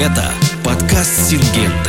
Это подкаст «Сингенты».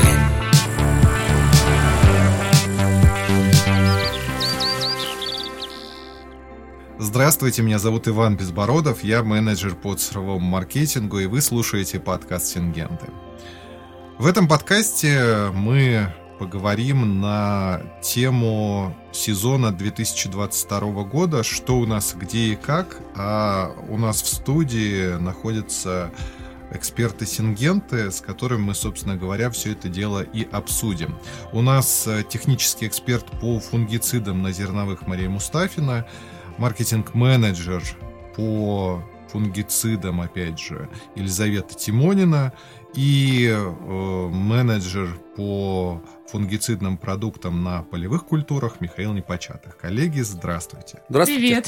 Здравствуйте, меня зовут Иван Безбородов, я менеджер по цифровому маркетингу, и вы слушаете подкаст «Сингенты». В этом подкасте мы поговорим на тему сезона 2022 года, что у нас, где и как, а у нас в студии находятся эксперты-сингенты, с которыми мы, собственно говоря, все это дело и обсудим. У нас технический эксперт по фунгицидам на зерновых Мария Мустафина, маркетинг-менеджер по фунгицидам, опять же, Елизавета Тимонина и менеджер по фунгицидным продуктам на полевых культурах Михаил Непочатых. Коллеги, здравствуйте. Здравствуйте. Привет.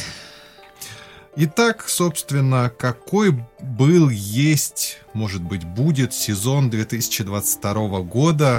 Итак, собственно, какой был, есть, может быть, будет сезон 2022 года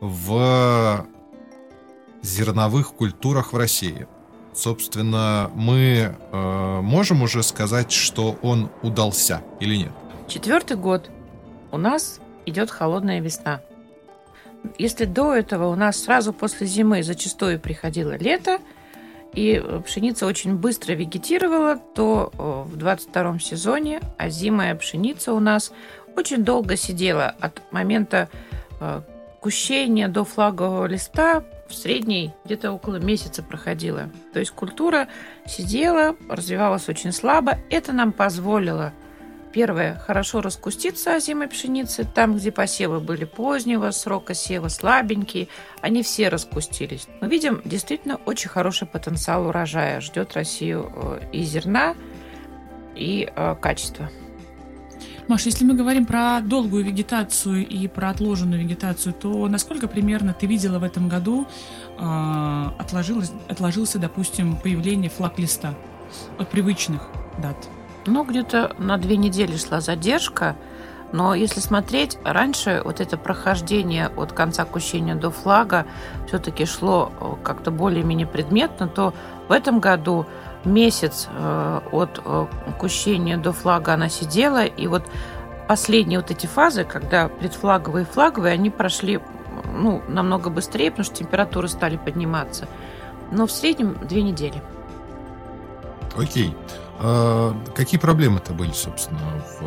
в зерновых культурах в России? Собственно, мы можем уже сказать, что он удался или нет? 4-й год у нас идет холодная весна. Если до этого у нас сразу после зимы зачастую приходило лето, и пшеница очень быстро вегетировала, то в 22-м сезоне озимая пшеница у нас очень долго сидела от момента кущения до флагового листа. В средней где-то около месяца проходила. То есть культура сидела, развивалась очень слабо. Это нам позволило, первое, хорошо раскуститься озимой пшеницы. Там, где посевы были позднего срока сева, слабенькие, они все раскустились. Мы видим действительно очень хороший потенциал урожая. Ждет Россию и зерна, и качества. Маша, если мы говорим про долгую вегетацию и про отложенную вегетацию, то насколько примерно ты видела в этом году отложился, допустим, появление флаг-листа от привычных дат? Ну, где-то на 2 недели шла задержка, но если смотреть, раньше вот это прохождение от конца кущения до флага все-таки шло как-то более-менее предметно, то в этом году месяц от кущения до флага она сидела, и вот последние вот эти фазы, когда предфлаговые и флаговые, они прошли намного быстрее, потому что температуры стали подниматься. Но в среднем 2 недели. Окей. Какие проблемы-то были, собственно,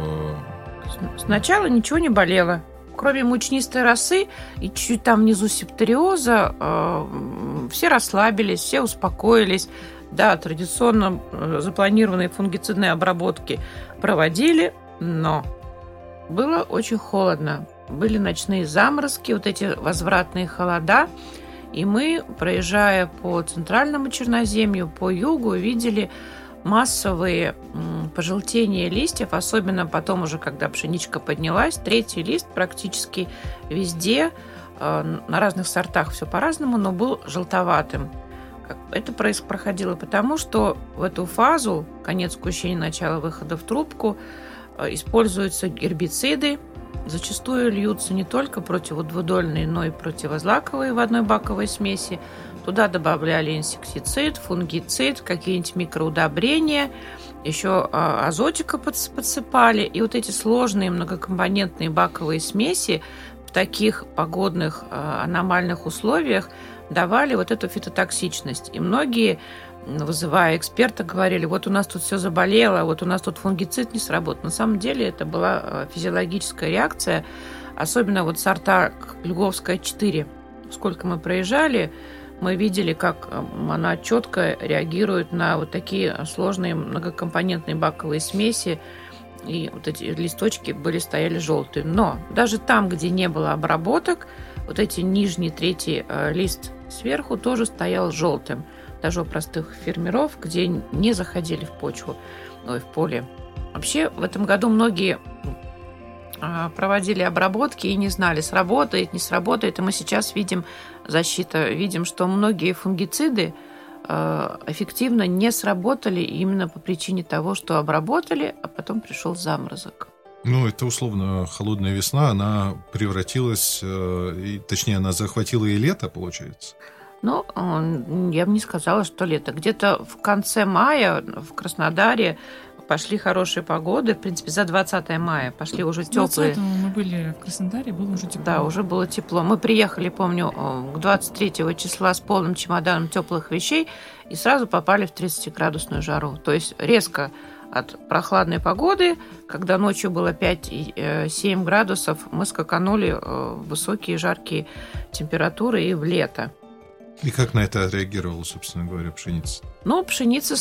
Сначала ничего не болело. Кроме мучнистой росы и чуть-чуть там внизу септориоза, все расслабились, все успокоились. Да, традиционно запланированные фунгицидные обработки проводили, но было очень холодно. Были ночные заморозки, вот эти возвратные холода. И мы, проезжая по центральному Черноземью, по югу, видели массовые пожелтения листьев, особенно потом уже, когда пшеничка поднялась. 3-й лист практически везде, на разных сортах все по-разному, но был желтоватым. Это проходило потому, что в эту фазу, конец кущения, начало выхода в трубку, используются гербициды. Зачастую льются не только противодвудольные, но и противозлаковые в одной баковой смеси. Туда добавляли инсектицид, фунгицид, какие-нибудь микроудобрения, еще азотика подсыпали. И вот эти сложные многокомпонентные баковые смеси в таких погодных аномальных условиях давали вот эту фитотоксичность. И многие, вызывая эксперта, говорили, вот у нас тут все заболело, вот у нас тут фунгицид не сработал. На самом деле это была физиологическая реакция, особенно вот сорта Льговская 4. Сколько мы проезжали, мы видели, как она четко реагирует на вот такие сложные многокомпонентные баковые смеси, и вот эти листочки стояли желтые. Но даже там, где не было обработок, вот эти нижний 3-й лист сверху тоже стоял желтым. Даже у простых фермеров, где не заходили в почву, в поле. Вообще в этом году многие проводили обработки и не знали, сработает, не сработает. И мы сейчас видим видим, что многие фунгициды эффективно не сработали именно по причине того, что обработали, а потом пришел заморозок. это условно холодная весна, она превратилась, точнее, она захватила и лето, получается? Я бы не сказала, что лето. Где-то в конце мая в Краснодаре пошли хорошие погоды. В принципе, за 20 мая пошли уже теплые. 20-го мы были в Краснодаре, было уже тепло. Да, уже было тепло. Мы приехали, помню, к 23 числа с полным чемоданом теплых вещей и сразу попали в 30-градусную жару. То есть резко от прохладной погоды, когда ночью было 5-7 градусов, мы скаканули в высокие жаркие температуры и в лето. И как на это отреагировала, собственно говоря, пшеница? Ну, пшеница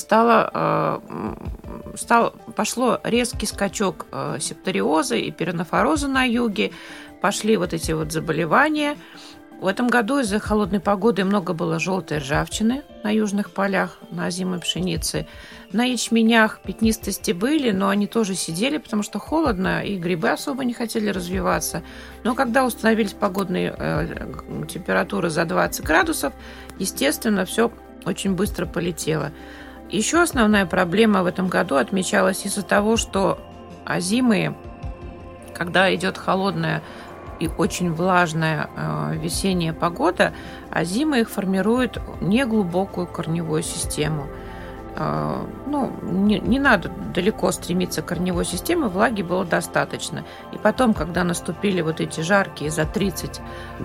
пошло резкий скачок септориоза и пиренофороза на юге, пошли вот эти вот заболевания. В этом году из-за холодной погоды много было желтой ржавчины на южных полях, на озимой пшенице. На ячменях пятнистости были, но они тоже сидели, потому что холодно, и грибы особо не хотели развиваться. Но когда установились погодные температуры за 20 градусов, естественно, все очень быстро полетело. Еще основная проблема в этом году отмечалась из-за того, что озимые, когда идет холодная и очень влажная весенняя погода, озимые их формируют неглубокую корневую систему. Не надо далеко стремиться к корневой системе, влаги было достаточно. И потом, когда наступили вот эти жаркие за 30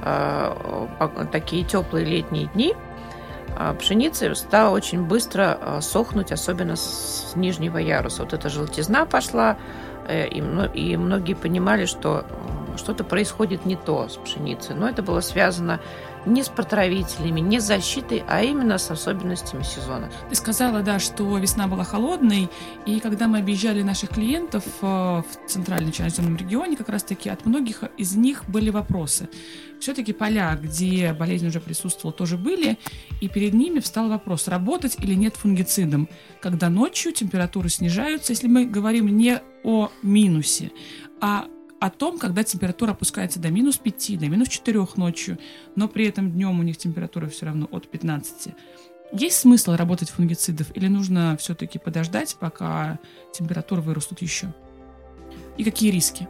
такие теплые летние дни, пшеница стала очень быстро сохнуть, особенно с нижнего яруса. Вот эта желтизна пошла, и многие понимали, что что-то происходит не то с пшеницей. Но это было связано не с протравителями, не с защитой, а именно с особенностями сезона. Ты сказала, да, что весна была холодной, и когда мы объезжали наших клиентов в центральном черноземном регионе, как раз-таки от многих из них были вопросы. Все-таки поля, где болезнь уже присутствовала, тоже были, и перед ними встал вопрос, работать или нет фунгицидом, когда ночью температуры снижаются, если мы говорим не о минусе, а о том, когда температура опускается до минус 5, до минус 4 ночью, но при этом днем у них температура все равно от 15. Есть смысл работать фунгицидов или нужно все-таки подождать, пока температуры вырастут еще? И какие риски?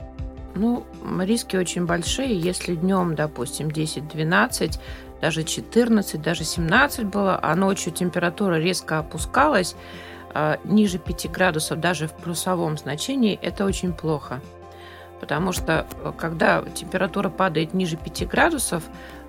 Риски очень большие. Если днем, допустим, 10-12, даже 14, даже 17 было, а ночью температура резко опускалась ниже 5 градусов, даже в плюсовом значении, это очень плохо. Потому что, когда температура падает ниже 5 градусов,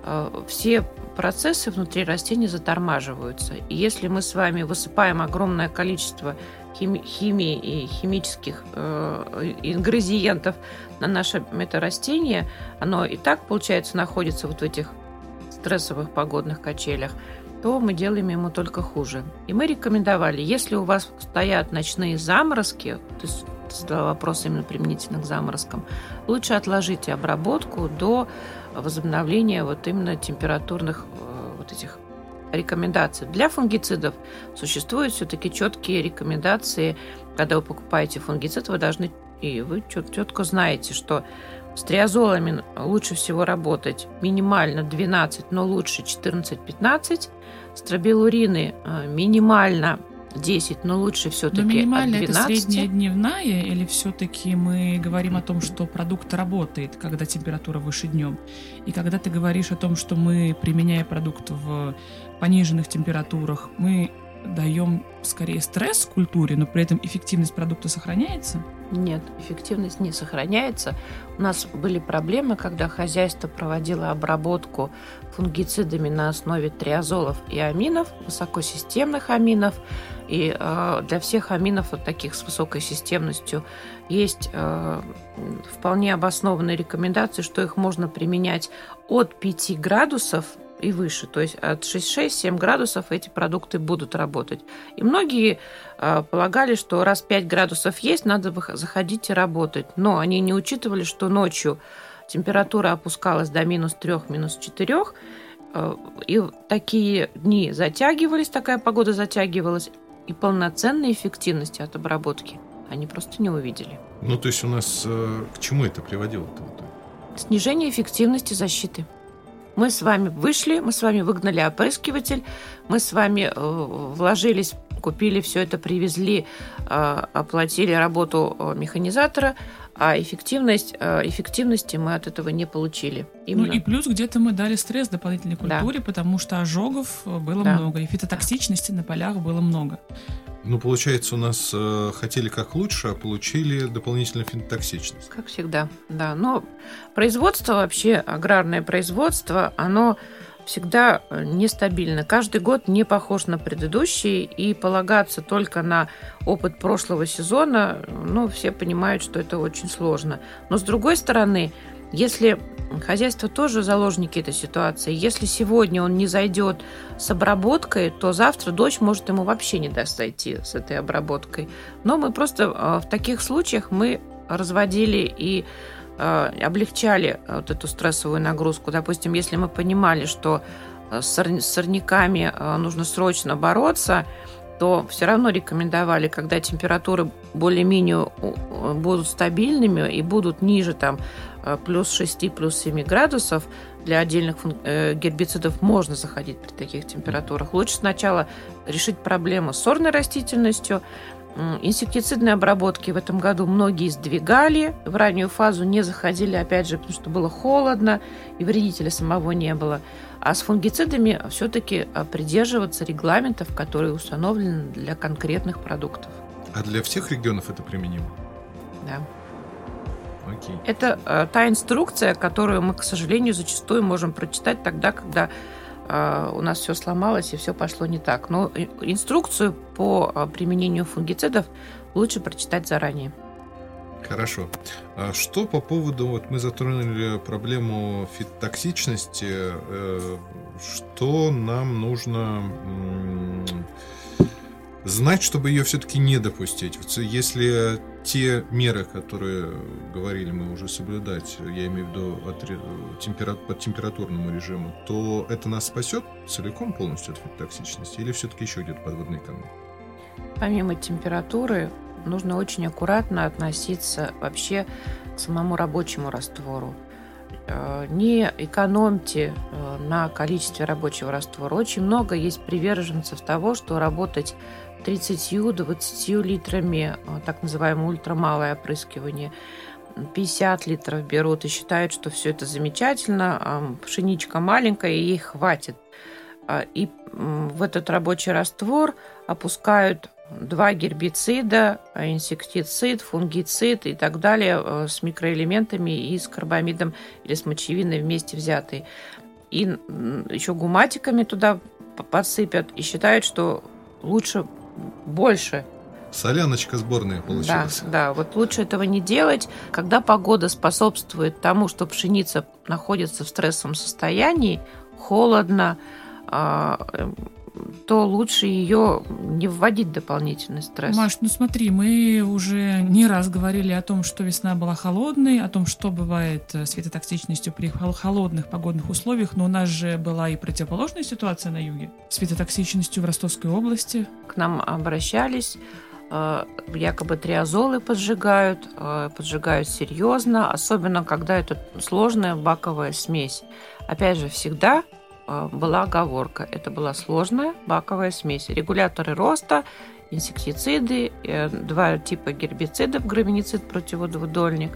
все процессы внутри растений затормаживаются. И если мы с вами высыпаем огромное количество химии и химических ингредиентов на наше это растение, оно и так, получается, находится вот в этих стрессовых погодных качелях, то мы делаем ему только хуже. И мы рекомендовали, если у вас стоят ночные заморозки, то есть задала вопрос именно применительно к заморозкам, лучше отложите обработку до возобновления вот именно температурных вот этих рекомендаций. Для фунгицидов существуют все-таки четкие рекомендации. Когда вы покупаете фунгицид, вы должны, и вы четко знаете, что с триазолами лучше всего работать минимально 12, но лучше 14-15. Стробилурины минимально 10, но лучше все-таки от 12. Но минимально это средняя дневная, или все-таки мы говорим о том, что продукт работает, когда температура выше днем? И когда ты говоришь о том, что мы, применяя продукт в пониженных температурах, мы даем скорее стресс культуре, но при этом эффективность продукта сохраняется? Нет, эффективность не сохраняется. У нас были проблемы, когда хозяйство проводило обработку фунгицидами на основе триазолов и аминов, высокосистемных аминов. И для всех аминов, вот таких с высокой системностью, есть вполне обоснованные рекомендации, что их можно применять от 5 градусов и выше. То есть от 6-7 градусов эти продукты будут работать. И многие полагали, что раз 5 градусов есть, надо заходить и работать. Но они не учитывали, что ночью температура опускалась до минус 3, минус 4. И такие дни затягивались, такая погода затягивалась. И полноценной эффективности от обработки они просто не увидели. То есть у нас к чему это приводило-то? Снижение эффективности защиты. Мы с вами вышли, мы с вами выгнали опрыскиватель, мы с вами вложились, купили все это, привезли, оплатили работу механизатора, а эффективности мы от этого не получили. Именно. И плюс где-то мы дали стресс дополнительной культуре, да. Потому что ожогов было много, и фитотоксичности на полях было много. Ну, получается, у нас хотели как лучше, а получили дополнительную фитотоксичность. Как всегда, да. Но производство вообще, аграрное производство, оно всегда нестабильно. Каждый год не похож на предыдущий, и полагаться только на опыт прошлого сезона, ну, все понимают, что это очень сложно. Но с другой стороны, если хозяйство тоже заложники этой ситуации, если сегодня он не зайдет с обработкой, то завтра дождь может ему вообще не даст зайти с этой обработкой. Но мы просто в таких случаях мы разводили и облегчали вот эту стрессовую нагрузку. Допустим, если мы понимали, что с сорняками нужно срочно бороться, то все равно рекомендовали, когда температуры более-менее будут стабильными и будут ниже там, плюс 6, плюс 7 градусов, для отдельных гербицидов можно заходить при таких температурах. Лучше сначала решить проблему с сорной растительностью. Инсектицидные обработки в этом году многие сдвигали, в раннюю фазу не заходили, опять же, потому что было холодно и вредителя самого не было. А с фунгицидами все-таки придерживаться регламентов, которые установлены для конкретных продуктов. А для всех регионов это применимо? Да. Окей. Это та инструкция, которую мы, к сожалению, зачастую можем прочитать тогда, когда у нас все сломалось и все пошло не так. Но инструкцию по применению фунгицидов лучше прочитать заранее. Хорошо. А что по поводу, вот мы затронули проблему фитотоксичности, что нам нужно знать, чтобы ее все-таки не допустить? Если те меры, которые говорили мы уже соблюдать, я имею в виду по температурному режиму, то это нас спасет целиком полностью от фитотоксичности или все-таки еще где-то подводные камни? Помимо температуры, нужно очень аккуратно относиться вообще к самому рабочему раствору. Не экономьте на количестве рабочего раствора. Очень много есть приверженцев того, что работать 30-20 литрами, так называемое ультрамалое опрыскивание, 50 литров берут и считают, что все это замечательно, пшеничка маленькая, и ей хватит. И в этот рабочий раствор опускают 2 гербицида, инсектицид, фунгицид и так далее с микроэлементами и с карбамидом или с мочевиной вместе взятые. И еще гуматиками туда подсыпят и считают, что лучше больше. Соляночка сборная получилась. Да, вот лучше этого не делать. Когда погода способствует тому, что пшеница находится в стрессовом состоянии, холодно, то лучше ее не вводить в дополнительный стресс. Маш, ну смотри, мы уже не раз говорили о том, что весна была холодной, о том, что бывает с фитотоксичностью при холодных погодных условиях, но у нас же была и противоположная ситуация на юге с фитотоксичностью в Ростовской области. К нам обращались, якобы триазолы поджигают серьезно, особенно когда это сложная баковая смесь. Опять же, всегда была оговорка. Это была сложная баковая смесь. Регуляторы роста, инсектициды, 2 типа гербицидов, граминицид, противодвудольник,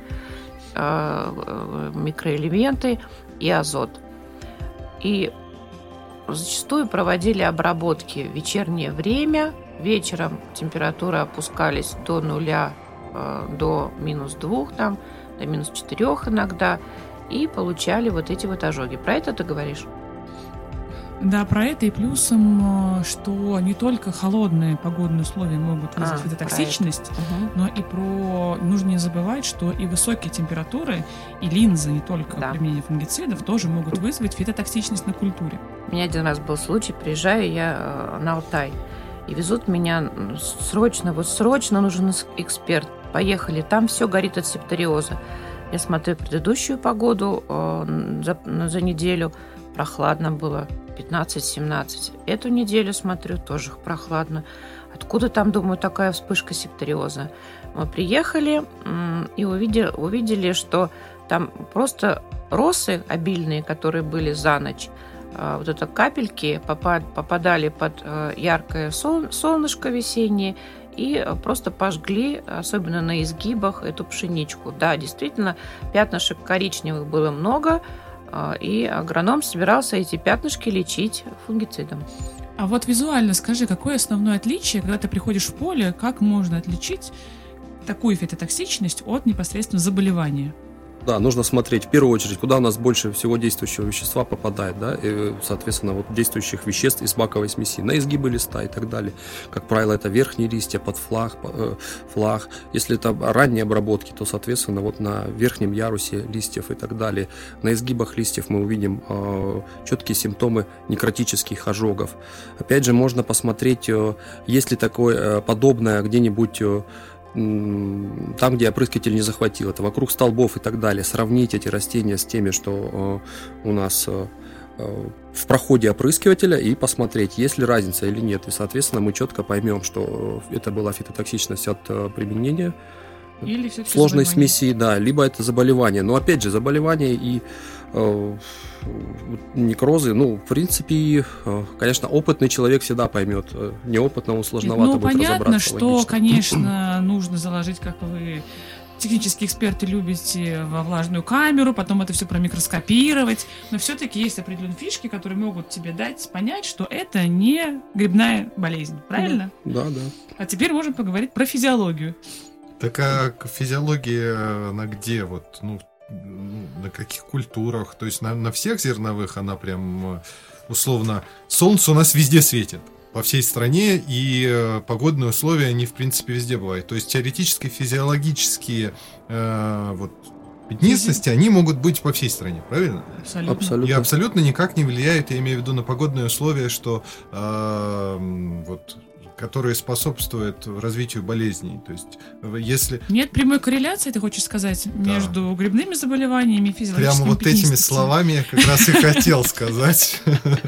микроэлементы и азот. И зачастую проводили обработки в вечернее время. Вечером температуры опускались до 0, до -2, там, до -4 иногда. И получали вот эти вот ожоги. Про это ты говоришь? Да, про это и плюсом, что не только холодные погодные условия могут вызвать фитотоксичность, но и нужно не забывать, что и высокие температуры, и линзы, не только применение фунгицидов, тоже могут вызвать фитотоксичность на культуре. У меня один раз был случай, приезжаю я на Алтай, и везут меня срочно нужен эксперт. Поехали, там все горит от септориоза. Я смотрю предыдущую погоду за неделю, прохладно было, 15-17. Эту неделю смотрю, тоже прохладно. Откуда там, думаю, такая вспышка септориоза? Мы приехали и увидели, что там просто росы обильные, которые были за ночь, вот это капельки попадали под яркое солнышко весеннее и просто пожгли, особенно на изгибах, эту пшеничку. Да, действительно, пятнышек коричневых было много, и агроном собирался эти пятнышки лечить фунгицидом. А вот визуально скажи, какое основное отличие, когда ты приходишь в поле, как можно отличить такую фитотоксичность от непосредственно заболевания? Да, нужно смотреть в первую очередь, куда у нас больше всего действующего вещества попадает, да, и, соответственно, вот действующих веществ из баковой смеси, на изгибы листа и так далее. Как правило, это верхние листья под флаг. Если это ранние обработки, то, соответственно, вот на верхнем ярусе листьев и так далее. На изгибах листьев мы увидим четкие симптомы некротических ожогов. Опять же, можно посмотреть, есть ли такое подобное где-нибудь там, где опрыскиватель не захватил, это вокруг столбов и так далее, сравнить эти растения с теми, что у нас в проходе опрыскивателя, и посмотреть, есть ли разница или нет. И, соответственно, мы четко поймем, что это была фитотоксичность от применения или сложной смеси, да, либо это заболевание. Но, опять же, заболевание и некрозы, в принципе, конечно, опытный человек всегда поймет. Неопытному сложновато будет разобраться. Понятно, что, логично. Конечно, нужно заложить, как вы, технические эксперты, любите, во влажную камеру, потом это все промикроскопировать, но все-таки есть определенные фишки, которые могут тебе дать понять, что это не грибная болезнь, правильно? Да. А теперь можем поговорить про физиологию. Так а физиология, она где? На каких культурах? То есть на всех зерновых она прям, условно, солнце у нас везде светит, по всей стране, и погодные условия, они, в принципе, везде бывают. То есть теоретически физиологические пятнистости, они могут быть по всей стране, правильно? Абсолютно. И абсолютно никак не влияют, я имею в виду, на погодные условия, что которые способствуют развитию болезней. То есть, если... Нет прямой корреляции, ты хочешь сказать, между грибными заболеваниями и физиологическими Прямо вот этими словами я как раз и хотел сказать.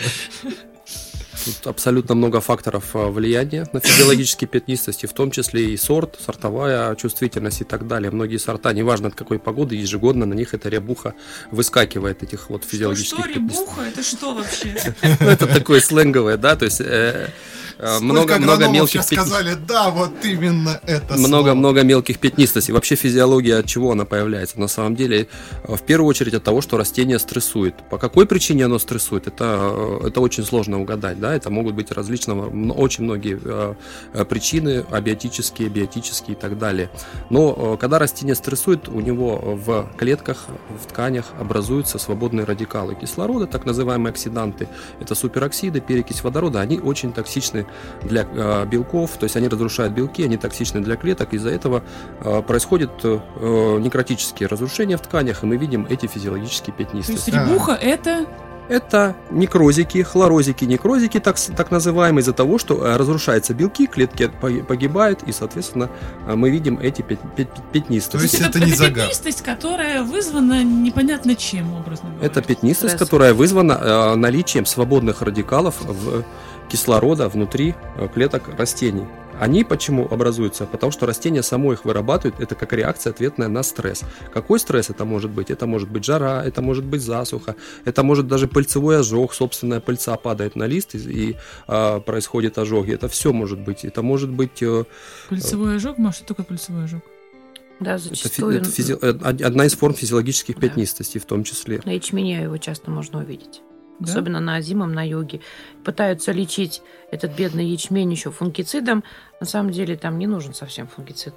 Тут абсолютно много факторов влияния на физиологические пятнистости, в том числе и сорт, сортовая чувствительность и так далее. Многие сорта, неважно от какой погоды, ежегодно на них эта рябуха выскакивает, этих вот физиологических пятнистостей. Что, рябуха? Это что вообще? Это такое сленговое, да, то есть... Много мелких сказали, да, вот именно это много мелких пятнистостей. Вообще физиология от чего она появляется? На самом деле, в первую очередь от того, что растение стрессует. По какой причине оно стрессует? Это очень сложно угадать, да. Это могут быть очень многие причины, абиотические, биотические и так далее. Но когда растение стрессует, у него в клетках, в тканях образуются свободные радикалы кислорода, так называемые оксиданты. Это супероксиды, перекись водорода. Они очень токсичны для белков, то есть они разрушают белки, они токсичны для клеток, из-за этого происходят некротические разрушения в тканях, и мы видим эти физиологические пятнистости. То есть рябуха это некрозики, хлорозики, некрозики, так называемые, из-за того, что разрушаются белки, клетки погибают, и, соответственно, мы видим эти пятнистости. То есть это не загадка. Пятнистость, которая вызвана непонятно чем, образно говоря. Это пятнистость, которая вызвана наличием свободных радикалов кислорода внутри клеток растений. Они почему образуются? Потому что растение само их вырабатывает, это как реакция ответная на стресс. Какой стресс это может быть? Это может быть жара, это может быть засуха, это может даже пыльцевой ожог, собственная пыльца падает на лист и происходят ожоги. Это все может быть. Это может быть... Пыльцевой ожог? Маш, что такое пыльцевой ожог? Да, зачастую. Это одна из форм физиологических пятнистостей в том числе. На ячмене его часто можно увидеть. Да? Особенно на озимом, на юге. Пытаются лечить этот бедный ячмень еще фунгицидом. На самом деле там не нужен совсем фунгицид.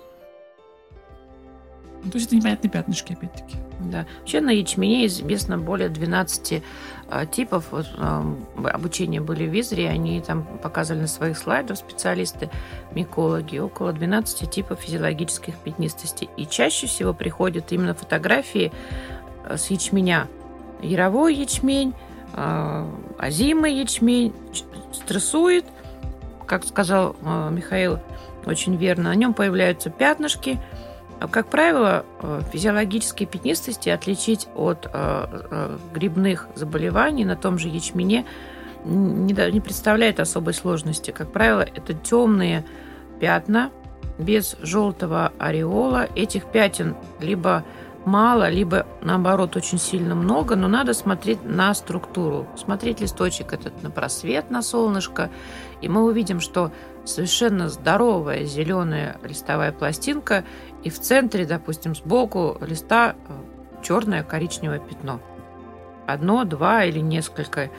То есть это непонятные пятнышки, опять-таки. Да. Вообще на ячмене известно более 12 типов. Обучения были в Визре, они там показывали на своих слайдах специалисты, микологи, около 12 типов физиологических пятнистостей. И чаще всего приходят именно фотографии с ячменя. Яровой ячмень, озимый ячмень стрессует, как сказал Михаил очень верно, на нем появляются пятнышки. Как правило, физиологические пятнистости отличить от грибных заболеваний на том же ячмене не представляет особой сложности. Как правило, это темные пятна без желтого ореола. Этих пятен либо мало, либо, наоборот, очень сильно много, но надо смотреть на структуру, смотреть листочек этот на просвет, на солнышко, и мы увидим, что совершенно здоровая зеленая листовая пластинка, и в центре, допустим, сбоку листа черное коричневое пятно. Одно, два или несколько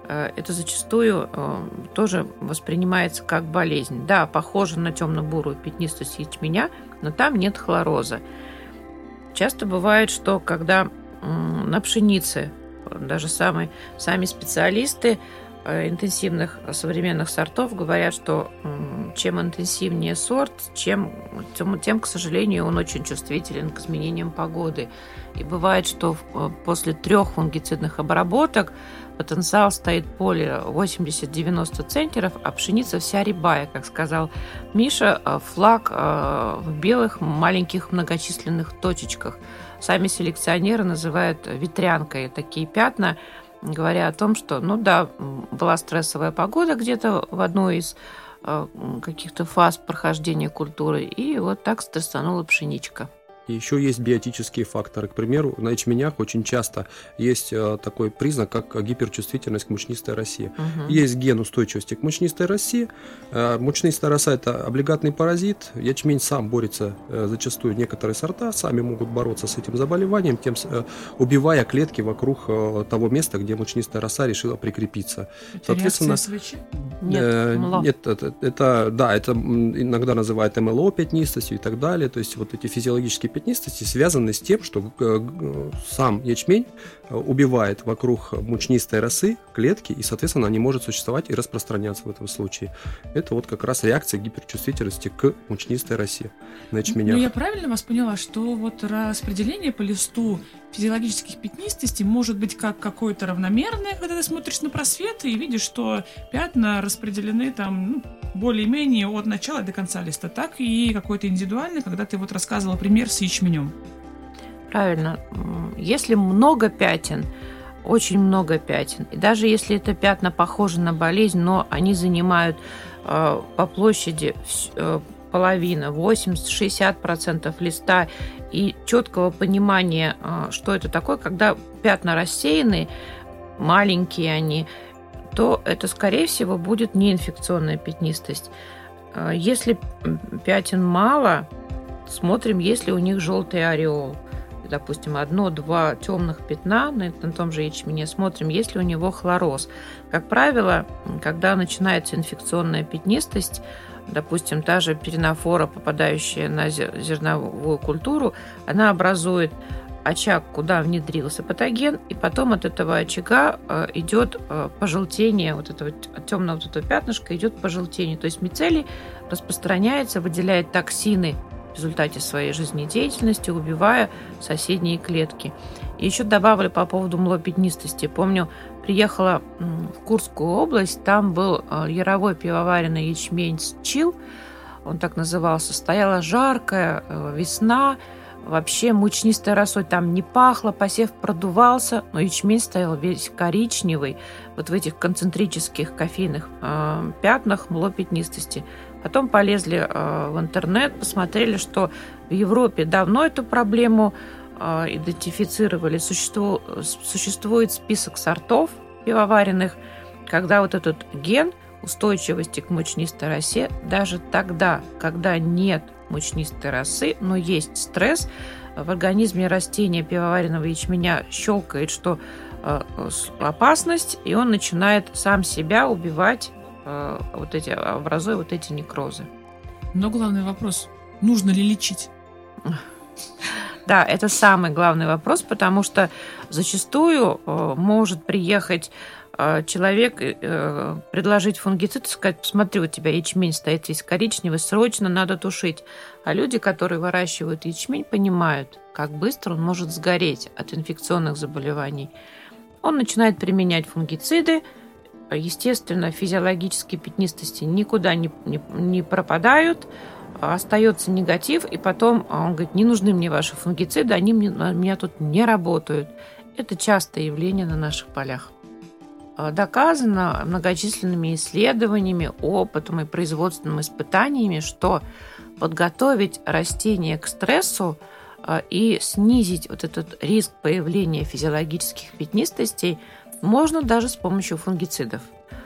это зачастую тоже воспринимается как болезнь. Да, похоже на темно-бурую пятнистость ячменя, но там нет хлороза. Часто бывает, что когда на пшенице даже сами специалисты интенсивных современных сортов говорят, что чем интенсивнее сорт, тем, к сожалению, он очень чувствителен к изменениям погоды. И бывает, что после 3 фунгицидных обработок потенциал стоит поле 80-90 центнеров, а пшеница вся рябая, как сказал Миша, флаг в белых маленьких многочисленных точечках. Сами селекционеры называют ветрянкой такие пятна, говоря о том, что, была стрессовая погода где-то в одной из каких-то фаз прохождения культуры, и вот так стрессанула пшеничка. И еще есть биотические факторы. К примеру, на ячменях очень часто есть такой признак, как гиперчувствительность к мучнистой росе. Есть ген устойчивости к мучнистой росе. Мучнистая роса – это облигатный паразит. Ячмень сам борется, зачастую некоторые сорта сами могут бороться с этим заболеванием, тем убивая клетки вокруг того места, где мучнистая роса решила прикрепиться. Соответственно, СВЧ? Нет, это иногда называют МЛО пятнистостью и так далее. То есть вот эти физиологические пятнистости связаны с тем, что сам ячмень убивает вокруг мучнистой росы клетки, и, соответственно, не может существовать и распространяться в этом случае. Это вот как раз реакция гиперчувствительности к мучнистой росе на ячменях. Ну, я правильно вас поняла, что вот распределение по листу физиологических пятнистостей может быть как какое-то равномерное, когда ты смотришь на просвет и видишь, что пятна распределены там более-менее от начала до конца листа, так и какой-то индивидуальный, когда ты вот рассказывала пример с ячменем. Правильно. Если много пятен, очень много пятен, и даже если это пятна похожи на болезнь, но они занимают по площади половина, 80-60% листа, и четкого понимания, что это такое, когда пятна рассеяны, маленькие они, то это, скорее всего, будет неинфекционная пятнистость. Если пятен мало, смотрим, есть ли у них желтый ореол. Допустим, 1-2 темных пятна на том же ячмене, смотрим, есть ли у него хлороз. Как правило, когда начинается инфекционная пятнистость, допустим, та же перинофора, попадающая на зерновую культуру, она образует очаг, куда внедрился патоген, и потом от этого очага идет пожелтение, вот этого темного вот этого пятнышка идет пожелтение. То есть мицелий распространяется, выделяет токсины в результате своей жизнедеятельности, убивая соседние клетки. И еще добавили по поводу млопятнистости. Помню, приехала в Курскую область, там был яровой пивоваренный ячмень ЧИЛ, он так назывался. Стояла жаркая весна, вообще мучнистой росой там не пахло, посев продувался, но ячмень стоял весь коричневый, вот в этих концентрических кофейных пятнах млопятнистости. Потом полезли в интернет, посмотрели, что в Европе давно эту проблему идентифицировали. Существует список сортов пивоваренных, когда вот этот ген устойчивости к мучнистой росе, даже тогда, когда нет мучнистой росы, но есть стресс, в организме растения пивоваренного ячменя щелкает, что опасность, и он начинает сам себя убивать, образуя вот эти некрозы. Но главный вопрос, нужно ли лечить? Да, это самый главный вопрос, потому что зачастую может приехать человек, предложить фунгицид и сказать: посмотри, у тебя ячмень стоит весь коричневый, срочно надо тушить. А люди, которые выращивают ячмень, понимают, как быстро он может сгореть от инфекционных заболеваний. Он начинает применять фунгициды. Естественно, физиологические пятнистости никуда не пропадают, остается негатив, и потом он говорит: не нужны мне ваши фунгициды, они у меня тут не работают. Это частое явление на наших полях. Доказано многочисленными исследованиями, опытом и производственными испытаниями, что подготовить растение к стрессу и снизить вот этот риск появления физиологических пятнистостей можно даже с помощью фунгицидов.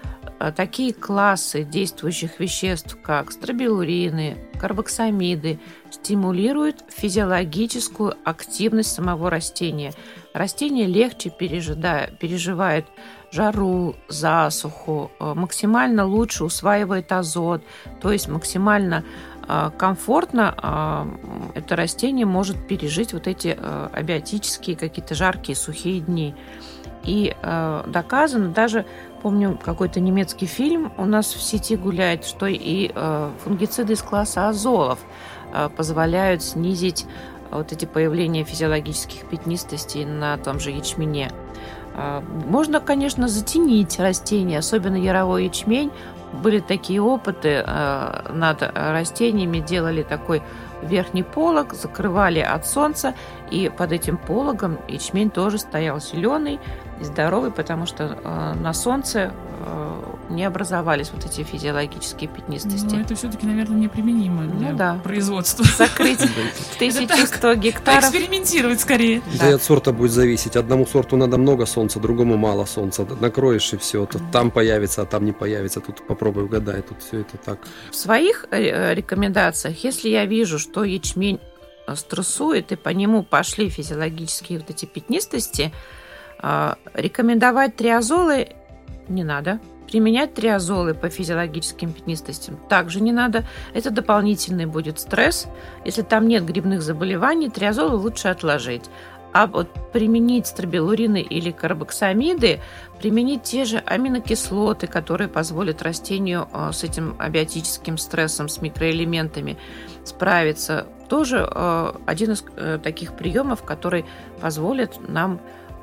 такие классы действующих веществ, как стробилурины, карбоксамиды, стимулируют физиологическую активность самого растения. Растение легче переживает жару, засуху, максимально лучше усваивает азот, то есть максимально комфортно это растение может пережить вот эти абиотические какие-то жаркие, сухие дни. И доказано, даже помню какой-то немецкий фильм у нас в сети гуляет, что и фунгициды из класса азолов позволяют снизить вот эти появления физиологических пятнистостей на том же ячмене. Можно, конечно, затенить растения, особенно яровой ячмень. Были такие опыты над растениями, делали такой верхний полог, закрывали от солнца, и под этим пологом ячмень тоже стоял зеленый и здоровый, потому что на солнце не образовались вот эти физиологические пятнистости. Но это все-таки, наверное, неприменимо для производства. Закрыть 1100 гектаров. Экспериментировать скорее. Да и от сорта будет зависеть. Одному сорту надо много солнца, другому мало солнца. Накроешь и все. Тут там появится, а там не появится. Тут попробуй угадай. Тут все это так. В своих рекомендациях, если я вижу, что ячмень стрессует и по нему пошли физиологические вот эти пятнистости, рекомендовать триазолы не надо. Применять триазолы по физиологическим пятнистостям также не надо. Это дополнительный будет стресс. Если там нет грибных заболеваний, триазолы лучше отложить. А вот применить стробилурины или карбоксамиды, применить те же аминокислоты, которые позволят растению с этим абиотическим стрессом, с микроэлементами справиться, тоже один из таких приемов, который позволит нам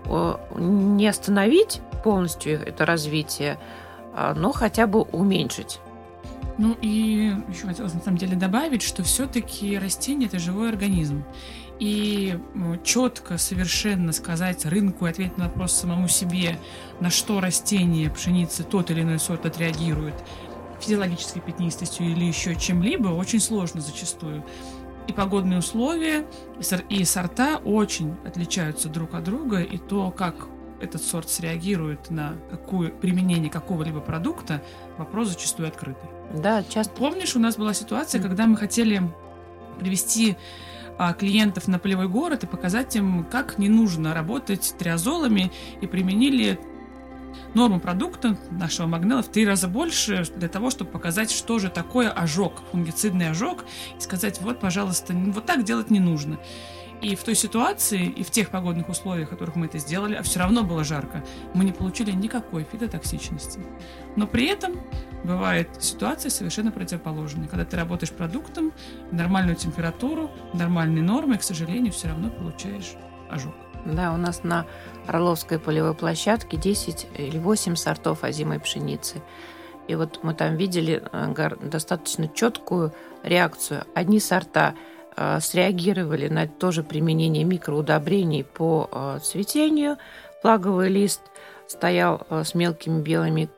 не остановить полностью это развитие, но хотя бы уменьшить. Ну и еще хотелось на самом деле добавить, что все-таки растение – это живой организм. И четко, совершенно сказать рынку и ответить на вопрос самому себе, на что растение, пшеницы, тот или иной сорт отреагирует физиологической пятнистостью или еще чем-либо, очень сложно зачастую. И погодные условия, и сорта очень отличаются друг от друга, и то, как этот сорт среагирует на применение какого-либо продукта, вопрос зачастую открытый. Да, часто. Помнишь, у нас была ситуация, когда мы хотели привести клиентов на полевой город и показать им, как не нужно работать с триазолами, и применили норму продукта нашего Магнелла в 3 раза больше для того, чтобы показать, что же такое ожог, фунгицидный ожог, и сказать, вот, пожалуйста, вот так делать не нужно. И в той ситуации, и в тех погодных условиях, в которых мы это сделали, а все равно было жарко, мы не получили никакой фитотоксичности. Но при этом бывает ситуация совершенно противоположная. Когда ты работаешь продуктом, нормальную температуру, нормальные нормы, к сожалению, все равно получаешь ожог. Да, у нас на Орловской полевой площадке 10 или 8 сортов озимой пшеницы. И вот мы там видели достаточно четкую реакцию. Одни сорта среагировали на то же применение микроудобрений по цветению. Флаговый лист стоял с мелкими белыми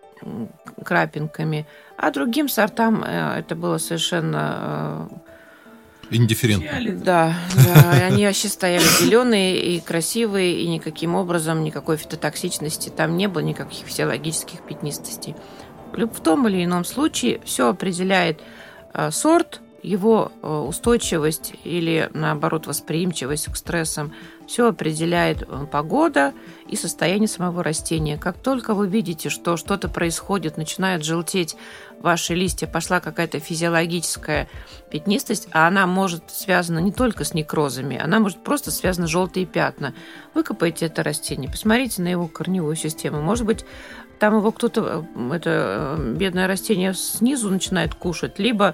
крапинками, а другим сортам это было совершенно индифферентно. Да, они вообще стояли зеленые и красивые, и никаким образом никакой фитотоксичности там не было, никаких физиологических пятнистостей. В том или ином случае все определяет сорт, его устойчивость или, наоборот, восприимчивость к стрессам. Все определяет погода и состояние самого растения. Как только вы видите, что что-то происходит, начинают желтеть ваши листья, пошла какая-то физиологическая пятнистость, а она может связана не только с некрозами, она может просто связана с желтые пятна. Выкопайте это растение, посмотрите на его корневую систему. Может быть, там его кто-то, это бедное растение, снизу начинает кушать, либо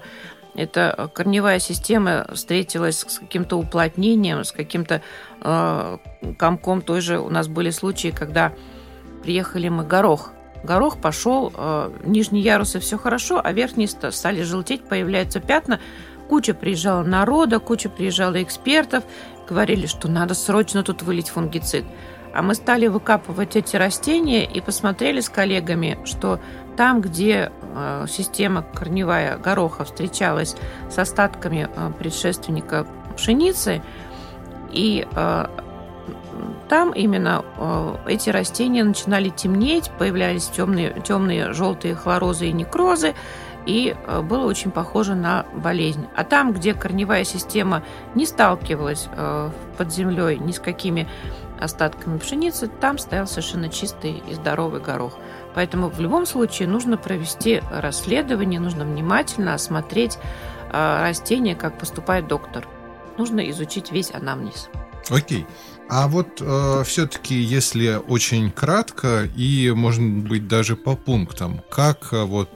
эта корневая система встретилась с каким-то уплотнением, с каким-то комком. Той же у нас были случаи, когда приехали мы горох. Горох пошел, нижние ярусы все хорошо, а верхние стали желтеть, появляются пятна. Куча приезжала народа, куча приезжала экспертов, говорили, что надо срочно тут вылить фунгицид. А мы стали выкапывать эти растения и посмотрели с коллегами, что там, где система корневая гороха встречалась с остатками предшественника пшеницы, и там именно эти растения начинали темнеть, появлялись темные желтые хлорозы и некрозы, и было очень похоже на болезнь. А там, где корневая система не сталкивалась под землей ни с какими остатками пшеницы, там стоял совершенно чистый и здоровый горох. Поэтому в любом случае нужно провести расследование, нужно внимательно осмотреть растение, как поступает доктор. Нужно изучить весь анамнез. Окей. А вот все-таки, если очень кратко и, может быть, даже по пунктам, как вот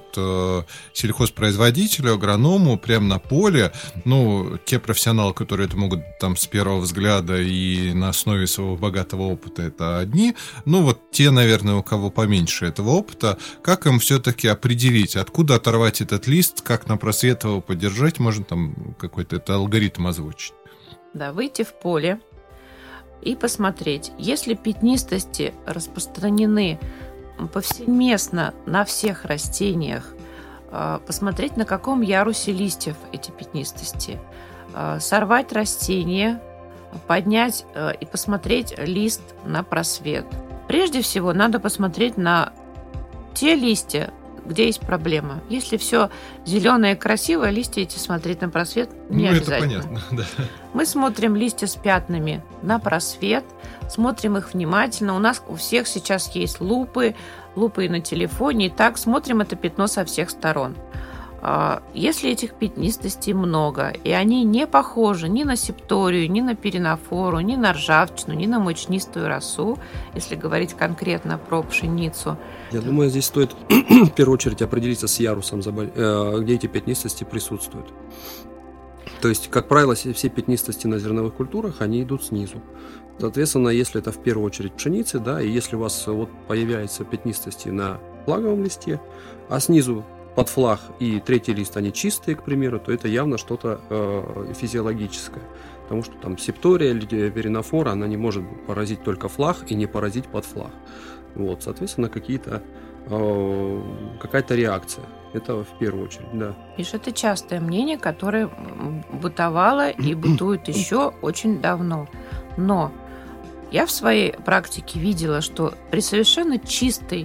сельхозпроизводителю, агроному прямо на поле, ну, те профессионалы, которые это могут там с первого взгляда и на основе своего богатого опыта, это одни, ну, вот те, наверное, у кого поменьше этого опыта, как им все-таки определить, откуда оторвать этот лист, как на просвет его поддержать, можно там какой-то это алгоритм озвучить? Да, выйти в поле и посмотреть, если пятнистости распространены повсеместно на всех растениях, посмотреть, на каком ярусе листьев эти пятнистости, сорвать растение, поднять и посмотреть лист на просвет. Прежде всего, надо посмотреть на те листья, где есть проблема. Если все зеленое, красивое, листья эти смотреть на просвет не обязательно. Это понятно, да. Мы смотрим листья с пятнами на просвет, смотрим их внимательно. У нас у всех сейчас есть лупы и на телефоне. И так смотрим это пятно со всех сторон. Если этих пятнистостей много, и они не похожи ни на септорию, ни на перинофору, ни на ржавчину, ни на мучнистую росу, если говорить конкретно про пшеницу. Я думаю, здесь стоит в первую очередь определиться с ярусом, где эти пятнистости присутствуют. То есть, как правило, все пятнистости на зерновых культурах, они идут снизу. Соответственно, если это в первую очередь пшеницы, да, и если у вас вот появляются пятнистости на флаговом листе, а снизу под флаг и третий лист, они чистые, к примеру, то это явно что-то физиологическое. Потому что там септория или перинофора, она не может поразить только флаг и не поразить под флаг. Вот, соответственно, какая-то реакция. Это в первую очередь, да. Видишь, это частое мнение, которое бытовало и бытует еще очень давно. Но я в своей практике видела, что при совершенно чистой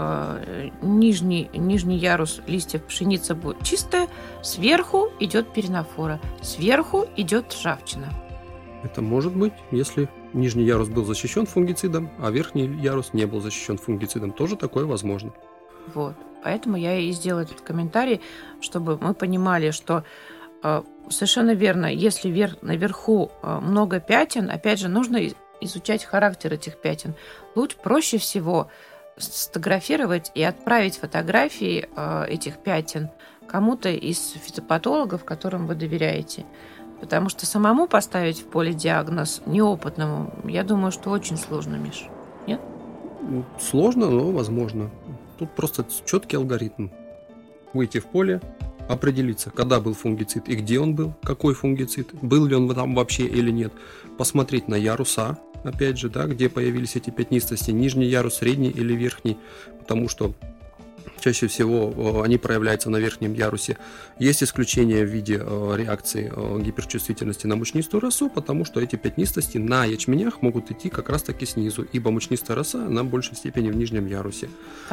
нижний ярус листьев пшеницы будет чистая, сверху идет перинофора, сверху идет ржавчина. Это может быть, если нижний ярус был защищен фунгицидом, а верхний ярус не был защищен фунгицидом. Тоже такое возможно. Вот. Поэтому я и сделала этот комментарий, чтобы мы понимали, что совершенно верно, если наверху много пятен, опять же, нужно изучать характер этих пятен. Проще всего сфотографировать и отправить фотографии этих пятен кому-то из фитопатологов, которым вы доверяете. Потому что самому поставить в поле диагноз неопытному, я думаю, что очень сложно, Миш. Нет? Сложно, но возможно. Тут просто четкий алгоритм. Выйти в поле, определиться, когда был фунгицид и где он был, какой фунгицид, был ли он там вообще или нет. Посмотреть на яруса, опять же, да, где появились эти пятнистости, нижний ярус, средний или верхний, потому что чаще всего они проявляются на верхнем ярусе. Есть исключения в виде реакции гиперчувствительности на мучнистую росу, потому что эти пятнистости на ячменях могут идти как раз таки снизу, ибо мучнистая роса на большей степени в нижнем ярусе.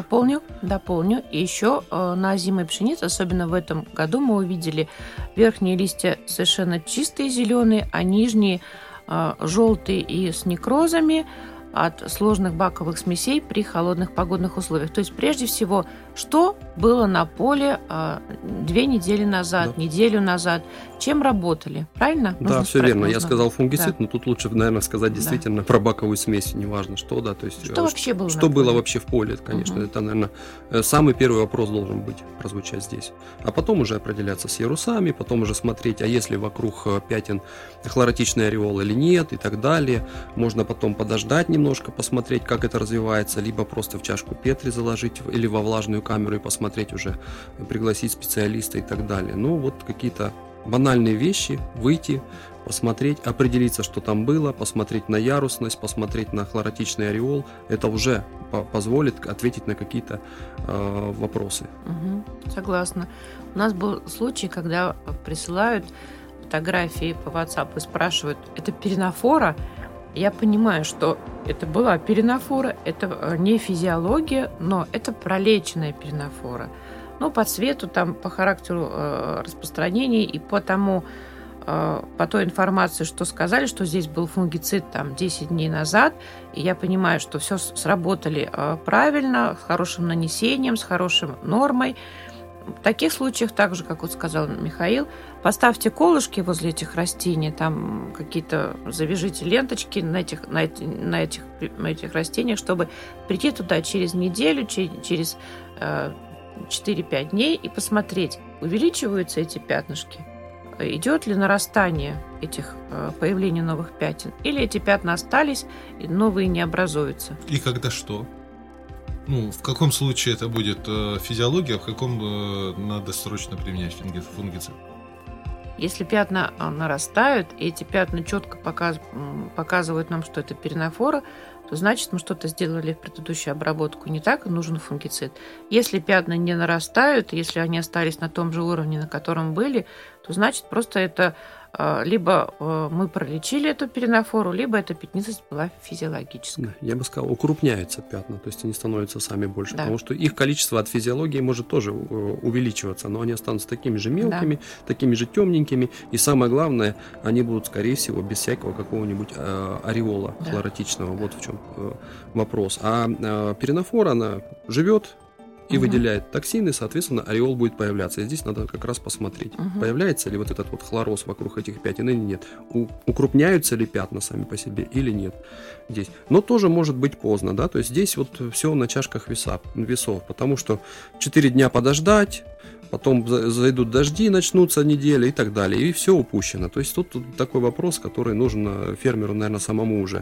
Дополню. И еще на озимой пшенице, особенно в этом году, мы увидели верхние листья совершенно чистые, зеленые, а нижние желтые и с некрозами от сложных баковых смесей при холодных погодных условиях. То есть, прежде всего, что было на поле 2 недели назад, да, неделю назад, чем работали, правильно? Да, все верно. Я сказал фунгицид, да, но тут лучше, наверное, сказать действительно про баковую смесь, неважно что, да, то есть что вообще было, что было вообще в поле, конечно, это, наверное, самый первый вопрос должен быть, прозвучать здесь. А потом уже определяться с ярусами, потом уже смотреть, а если вокруг пятен хлоротичный ореол или нет, и так далее. Можно потом подождать немножко, посмотреть, как это развивается, либо просто в чашку Петри заложить или во влажную камеру и посмотреть уже, пригласить специалиста и так далее. Ну, вот какие-то банальные вещи, выйти, посмотреть, определиться, что там было, посмотреть на ярусность, посмотреть на хлоротичный ореол. Это уже позволит ответить на какие-то вопросы. Согласна. У нас был случай, когда присылают фотографии по WhatsApp и спрашивают, это перинофора? Я понимаю, что это была пиренофора, это не физиология, но это пролеченная пиренофора. Ну, по цвету, там, по характеру распространения и по той информации, что сказали, что здесь был фунгицид там 10 дней назад, и я понимаю, что все сработали правильно, с хорошим нанесением, с хорошей нормой. В таких случаях, так же, как вот сказал Михаил, поставьте колышки возле этих растений, там какие-то завяжите ленточки на этих растениях, чтобы прийти туда через неделю, через 4-5 дней и посмотреть, увеличиваются эти пятнышки, идет ли нарастание этих появления новых пятен, или эти пятна остались и новые не образуются. И когда что? Ну, в каком случае это будет физиология, а в каком надо срочно применять фунгицид? Если пятна нарастают, и эти пятна четко показывают нам, что это пиренофора, то значит, мы что-то сделали в предыдущую обработку не так, и нужен фунгицид. Если пятна не нарастают, если они остались на том же уровне, на котором были, то значит, просто это либо мы пролечили эту пиренофору, либо эта пятнистость была физиологическая. Я бы сказал, укрупняются пятна, то есть они становятся сами больше, да. Потому что их количество от физиологии может тоже увеличиваться, но они останутся такими же мелкими, да. Такими же темненькими, и самое главное, они будут, скорее всего, без всякого какого-нибудь ореола, да. Хлоротичного, вот в чем вопрос. А пиренофора, она живет и выделяет токсины, соответственно, ореол будет появляться. И здесь надо как раз посмотреть, появляется ли вот этот вот хлороз вокруг этих пятен или нет. Укрупняются ли пятна сами по себе или нет здесь. Но тоже может быть поздно, да, то есть здесь вот все на чашках весов, потому что 4 дня подождать, потом зайдут дожди, начнутся недели и так далее, и все упущено. То есть тут такой вопрос, который нужно фермеру, наверное, самому уже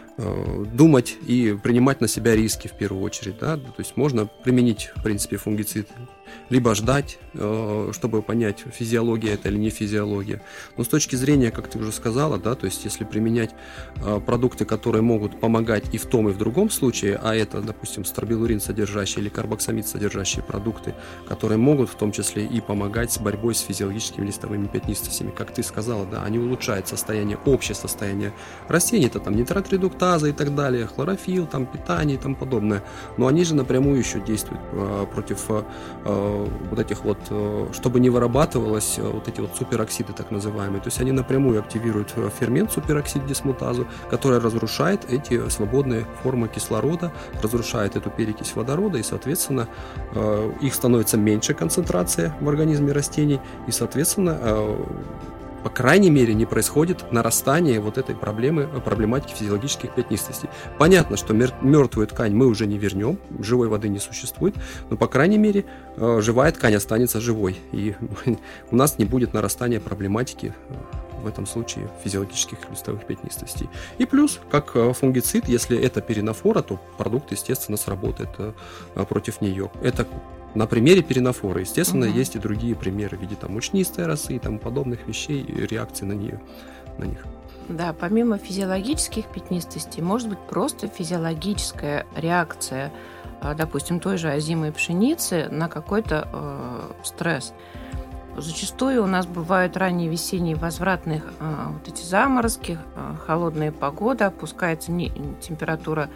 думать и принимать на себя риски в первую очередь, да, то есть можно применить, в принципе, фунгицид, либо ждать, чтобы понять, физиология это или не физиология. Но с точки зрения, как ты уже сказала, да, то есть если применять продукты, которые могут помогать и в том, и в другом случае, а это, допустим, стробилурин содержащие или карбоксамид содержащие продукты, которые могут в том числе и помогать с борьбой с физиологическими листовыми пятнистостями, как ты сказала, да, они улучшают общее состояние растений, это там нитрат-редуктаза и так далее, хлорофилл, там питание и тому подобное, но они же напрямую еще действуют против вот этих вот, чтобы не вырабатывалось вот эти вот супероксиды так называемые, то есть они напрямую активируют фермент супероксид-дисмутазу, который разрушает эти свободные формы кислорода, разрушает эту перекись водорода, и, соответственно, их становится меньше концентрация в организме растений, и, соответственно, по крайней мере, не происходит нарастание вот этой проблематики физиологических пятнистостей. Понятно, что мертвую ткань мы уже не вернем, живой воды не существует, но, по крайней мере, живая ткань останется живой, и у нас не будет нарастания проблематики в этом случае физиологических листовых пятнистостей. И плюс, как фунгицид, если это пиренофора, то продукт, естественно, сработает против нее. Это на примере пиренофоры. Естественно, есть и другие примеры в виде там мучнистой росы и тому подобных вещей, и реакции на них. Да, помимо физиологических пятнистостей, может быть просто физиологическая реакция, допустим, той же озимой пшеницы на какой-то стресс. Зачастую у нас бывают ранние весенние возвратные вот эти заморозки, холодная погода, опускается температура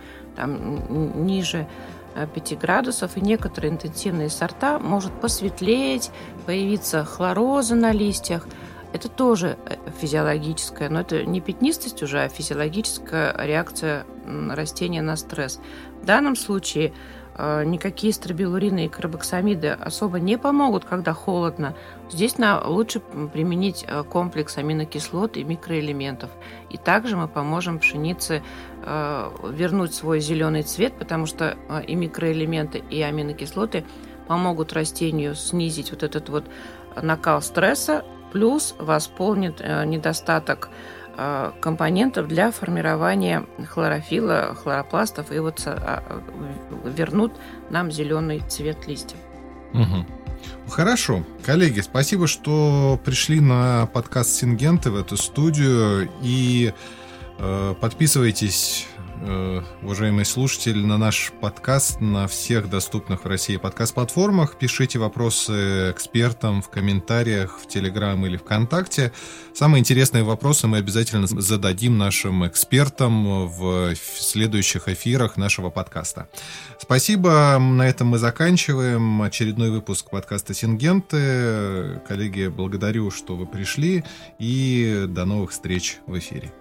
там ниже 5 градусов, и некоторые интенсивные сорта может посветлеть, появиться хлороза на листьях. Это тоже физиологическая, но это не пятнистость уже, а физиологическая реакция растения на стресс. В данном случае никакие стробилурины и карбоксамиды особо не помогут, когда холодно. Здесь лучше применить комплекс аминокислот и микроэлементов. И также мы поможем пшенице вернуть свой зеленый цвет, потому что и микроэлементы, и аминокислоты помогут растению снизить вот этот вот накал стресса, плюс восполнит недостаток компонентов для формирования хлорофилла, хлоропластов, и вот вернут нам зеленый цвет листьев. Хорошо. Коллеги, спасибо, что пришли на подкаст Сингенты в эту студию. И подписывайтесь уважаемый слушатель, на наш подкаст на всех доступных в России подкаст-платформах. Пишите вопросы экспертам в комментариях в Телеграм или ВКонтакте. Самые интересные вопросы мы обязательно зададим нашим экспертам в следующих эфирах нашего подкаста. Спасибо. На этом мы заканчиваем очередной выпуск подкаста «Сингенты». Коллеги, благодарю, что вы пришли, и до новых встреч в эфире.